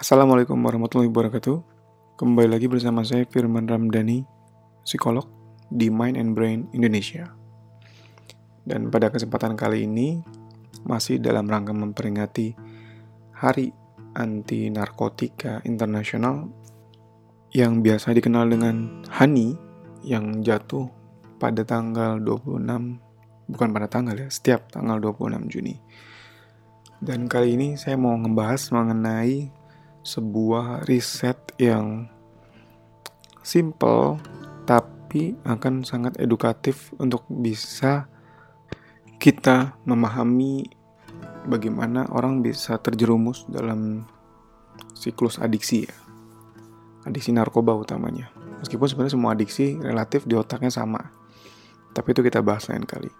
Assalamualaikum warahmatullahi wabarakatuh. Kembali lagi bersama saya Firman Ramdhani, psikolog di Mind and Brain Indonesia. Dan pada kesempatan kali ini masih dalam rangka memperingati Hari Anti Narkotika Internasional yang biasa dikenal dengan HANI yang jatuh pada tanggal 26, bukan pada tanggal ya, setiap tanggal 26 Juni. Dan kali ini saya mau ngebahas mengenai sebuah riset yang simple tapi akan sangat edukatif untuk bisa kita memahami bagaimana orang bisa terjerumus dalam siklus adiksi ya. Adiksi narkoba utamanya. Meskipun sebenarnya semua adiksi relatif di otaknya sama. Tapi itu kita bahas lain kali.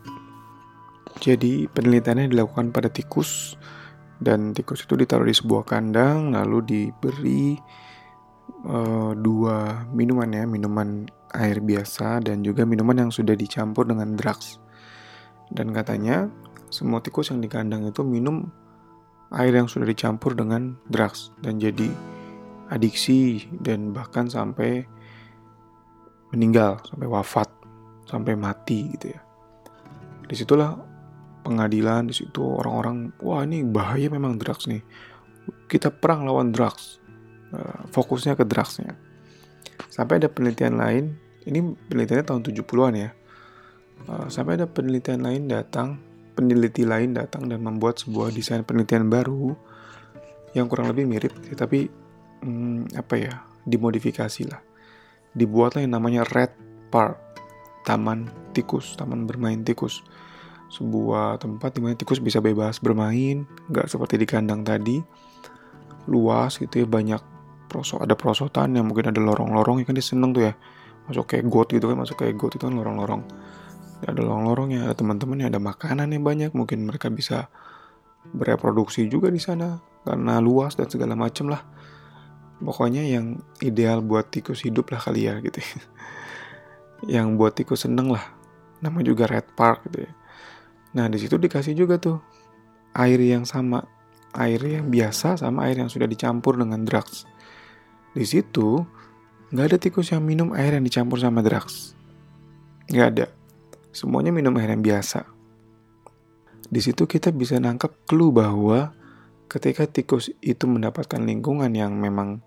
Jadi penelitiannya dilakukan pada tikus. Dan tikus itu ditaruh di sebuah kandang, lalu diberi 2 minuman ya, minuman air biasa dan juga minuman yang sudah dicampur dengan drugs. Dan katanya semua tikus yang di kandang itu minum air yang sudah dicampur dengan drugs dan jadi adiksi dan bahkan sampai meninggal, sampai wafat, sampai mati gitu ya. Disitulah pengadilan, di situ orang-orang, wah ini bahaya memang drugs nih. Kita perang lawan drugs. Fokusnya ke drugsnya. Sampai ada penelitian lain, ini penelitiannya tahun 70-an ya. Sampai ada peneliti lain datang dan membuat sebuah desain penelitian baru yang kurang lebih mirip, tapi dimodifikasi lah. Dibuatlah yang namanya Red Park, taman bermain tikus. Sebuah tempat di mana tikus bisa bebas bermain, nggak seperti di kandang tadi, luas gitu ya, banyak ada perosotan yang mungkin ada lorong-lorong ya kan, dia seneng tuh ya, masuk kayak got gitu kan, itu kan lorong-lorong, ada lorong-lorongnya, ada teman-temannya, ada makanannya banyak, mungkin mereka bisa bereproduksi juga di sana karena luas dan segala macem lah. Pokoknya yang ideal buat tikus hidup lah kali ya gitu ya. Yang buat tikus seneng lah, namanya juga Red Park gitu ya. Nah di situ dikasih juga tuh air yang sama, air yang biasa sama air yang sudah dicampur dengan drugs. Di situ nggak ada tikus yang minum air yang dicampur sama drugs, nggak ada. Semuanya minum air yang biasa. Di situ kita bisa nangkep clue bahwa ketika tikus itu mendapatkan lingkungan yang memang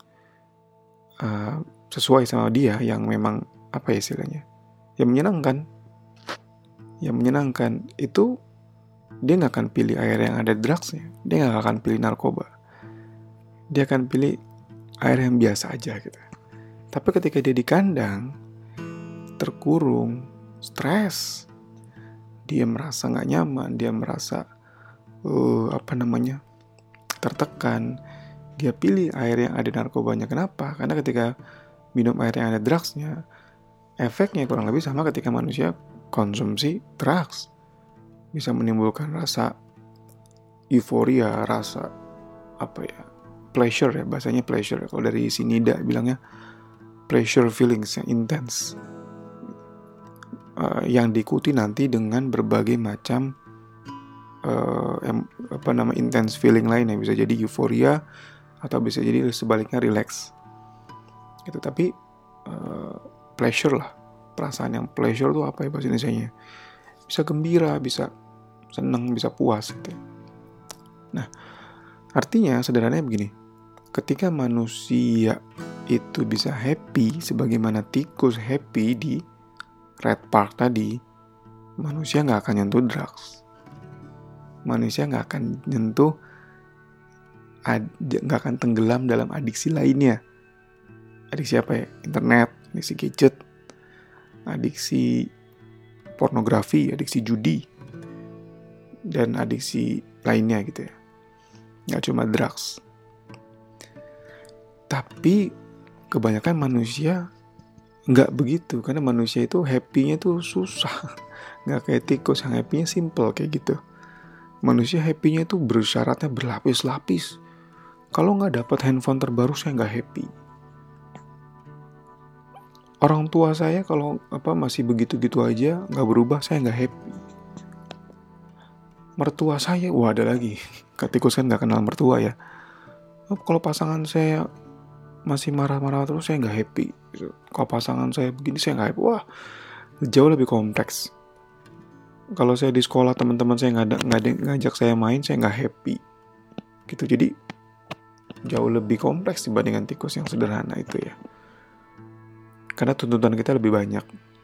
sesuai sama dia, yang memang istilahnya, yang menyenangkan itu, dia nggak akan pilih air yang ada drugsnya, dia nggak akan pilih narkoba, dia akan pilih air yang biasa aja gitu. Tapi ketika dia di kandang, terkurung, stres, dia merasa nggak nyaman, dia merasa tertekan, dia pilih air yang ada narkobanya. Kenapa? Karena ketika minum air yang ada drugsnya, efeknya kurang lebih sama ketika manusia konsumsi drugs. Bisa menimbulkan rasa euforia, rasa pleasure ya, bahasanya pleasure. Kalau dari Sinida bilangnya pleasure feelings yang intense, yang diikuti nanti dengan berbagai macam intense feeling lain, yang bisa jadi euforia atau bisa jadi sebaliknya relax gitu. Tapi pleasure lah, perasaan yang pleasure tuh apa ya bahasa Indonesianya? Bisa gembira, bisa senang, bisa puas gitu. Nah, artinya sederhananya begini. Ketika manusia itu bisa happy sebagaimana tikus happy di Red Park tadi, manusia gak akan nyentuh drugs. Manusia gak akan gak akan tenggelam dalam adiksi lainnya. Adiksi apa ya? Internet, adiksi gadget, adiksi pornografi, adiksi judi, dan adiksi lainnya gitu ya. Gak cuma drugs. Tapi kebanyakan manusia gak begitu, karena manusia itu happy-nya tuh susah. Gak kayak tikus yang happy-nya simple kayak gitu. Manusia happy-nya itu bersyaratnya berlapis-lapis. Kalau gak dapat handphone terbaru, saya gak happy. Orang tua saya kalau masih begitu-gitu aja, gak berubah, saya gak happy. Mertua saya, ada lagi. Tikus kan gak kenal mertua ya. Kalau pasangan saya masih marah-marah terus, saya nggak happy gitu. Kalau pasangan saya begini, saya nggak happy. Wah, jauh lebih kompleks. Kalau saya di sekolah, teman-teman saya nggak ada ngajak saya main, saya nggak happy gitu. Jadi jauh lebih kompleks dibandingkan tikus yang sederhana itu ya, karena tuntutan kita lebih banyak.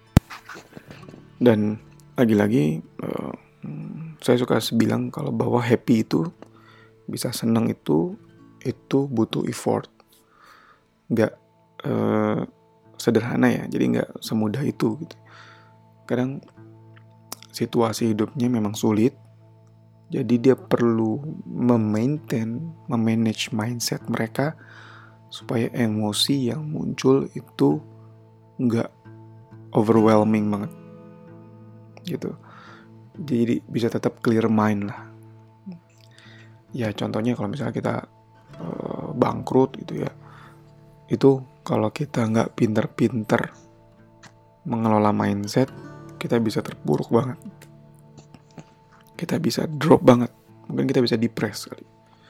Dan lagi-lagi saya suka bilang kalau bahwa happy itu, bisa senang itu butuh effort, nggak sederhana ya. Jadi nggak semudah itu gitu. Kadang situasi hidupnya memang sulit, jadi dia perlu memanage mindset mereka supaya emosi yang muncul itu nggak overwhelming banget gitu. Jadi bisa tetap clear mind lah. Ya contohnya kalau misalnya kita bangkrut gitu ya, itu kalau kita nggak pinter-pinter mengelola mindset, kita bisa terpuruk banget, kita bisa drop banget, mungkin kita bisa depres kali.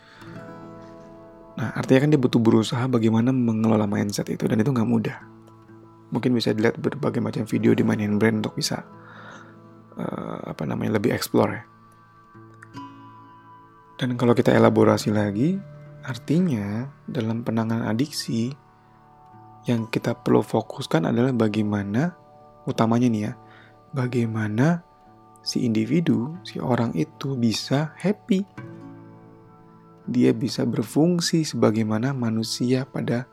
Nah artinya kan dia butuh berusaha bagaimana mengelola mindset itu, dan itu nggak mudah. Mungkin bisa dilihat berbagai macam video di Mind and Brain untuk bisa lebih explore ya. Dan kalau kita elaborasi lagi, artinya dalam penanganan adiksi yang kita perlu fokuskan adalah bagaimana, utamanya nih ya, bagaimana si individu, si orang itu bisa happy. Dia bisa berfungsi sebagaimana manusia pada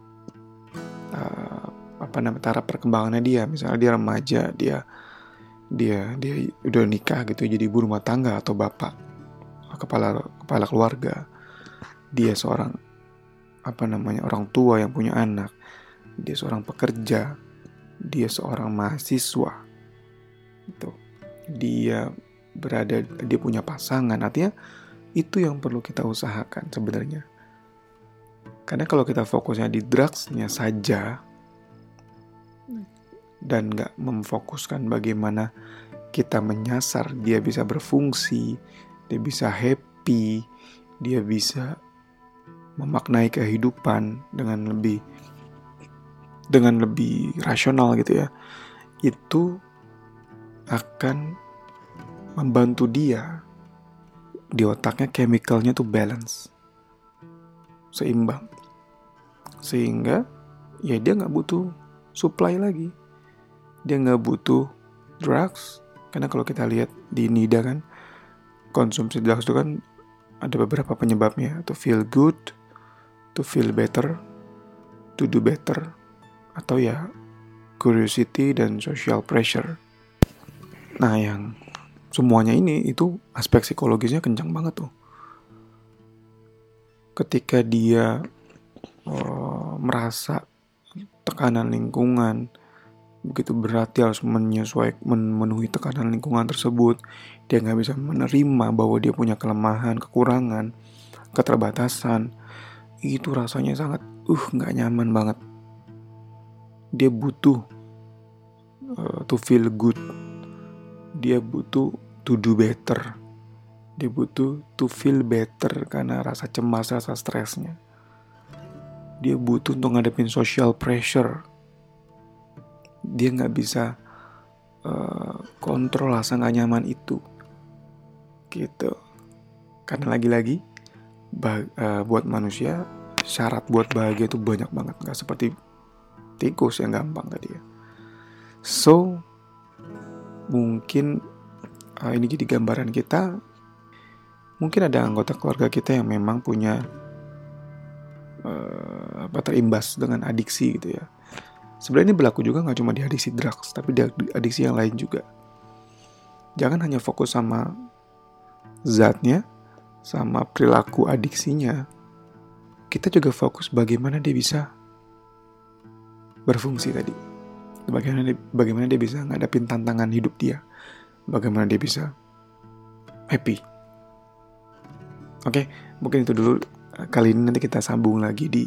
taraf perkembangannya dia. Misalnya dia remaja, dia udah nikah gitu, jadi ibu rumah tangga atau bapak, kepala keluarga. Dia seorang orang tua yang punya anak. Dia seorang pekerja. Dia seorang mahasiswa. Gitu. Dia punya pasangan. Artinya itu yang perlu kita usahakan sebenarnya. Karena kalau kita fokusnya di drugsnya saja dan gak memfokuskan bagaimana kita menyasar dia bisa berfungsi, dia bisa happy, dia bisa memaknai kehidupan dengan lebih rasional gitu ya, itu akan membantu dia di otaknya, chemicalnya tuh balance, seimbang, sehingga ya dia nggak butuh supply lagi, dia nggak butuh drugs. Karena kalau kita lihat di NIDA kan, konsumsi drugs itu kan ada beberapa penyebabnya, to feel good, to feel better, to do better, atau ya curiosity dan social pressure. Nah yang semuanya ini itu aspek psikologisnya kencang banget tuh. Ketika dia merasa tekanan lingkungan begitu berat, dia harus memenuhi tekanan lingkungan tersebut. Dia gak bisa menerima bahwa dia punya kelemahan, kekurangan, keterbatasan. Itu rasanya sangat gak nyaman banget. Dia butuh to feel good. Dia butuh to do better. Dia butuh to feel better karena rasa cemas, rasa stresnya. Dia butuh untuk ngadepin social pressure. Dia gak bisa kontrol rasa gak nyaman itu gitu. Karena lagi-lagi buat manusia, syarat buat bahagia itu banyak banget, gak seperti tikus yang gampang tadi ya. So mungkin ini jadi gambaran kita. Mungkin ada anggota keluarga kita yang memang punya terimbas dengan adiksi gitu ya. Sebenarnya ini berlaku juga gak cuma di adiksi drugs, tapi di adiksi yang lain juga. Jangan hanya fokus sama zatnya, sama perilaku adiksinya. Kita juga fokus bagaimana dia bisa berfungsi tadi. Bagaimana dia bisa ngadapin tantangan hidup dia. Bagaimana dia bisa happy. Oke, mungkin itu dulu. Kali ini nanti kita sambung lagi di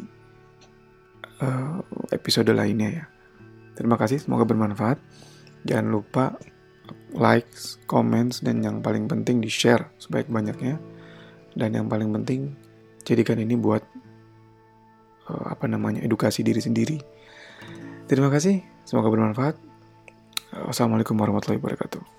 episode lainnya ya. Terima kasih, semoga bermanfaat. Jangan lupa like, comments, dan yang paling penting di-share sebaik-banyaknya. Dan yang paling penting, jadikan ini buat edukasi diri sendiri. Terima kasih, semoga bermanfaat. Wassalamualaikum warahmatullahi wabarakatuh.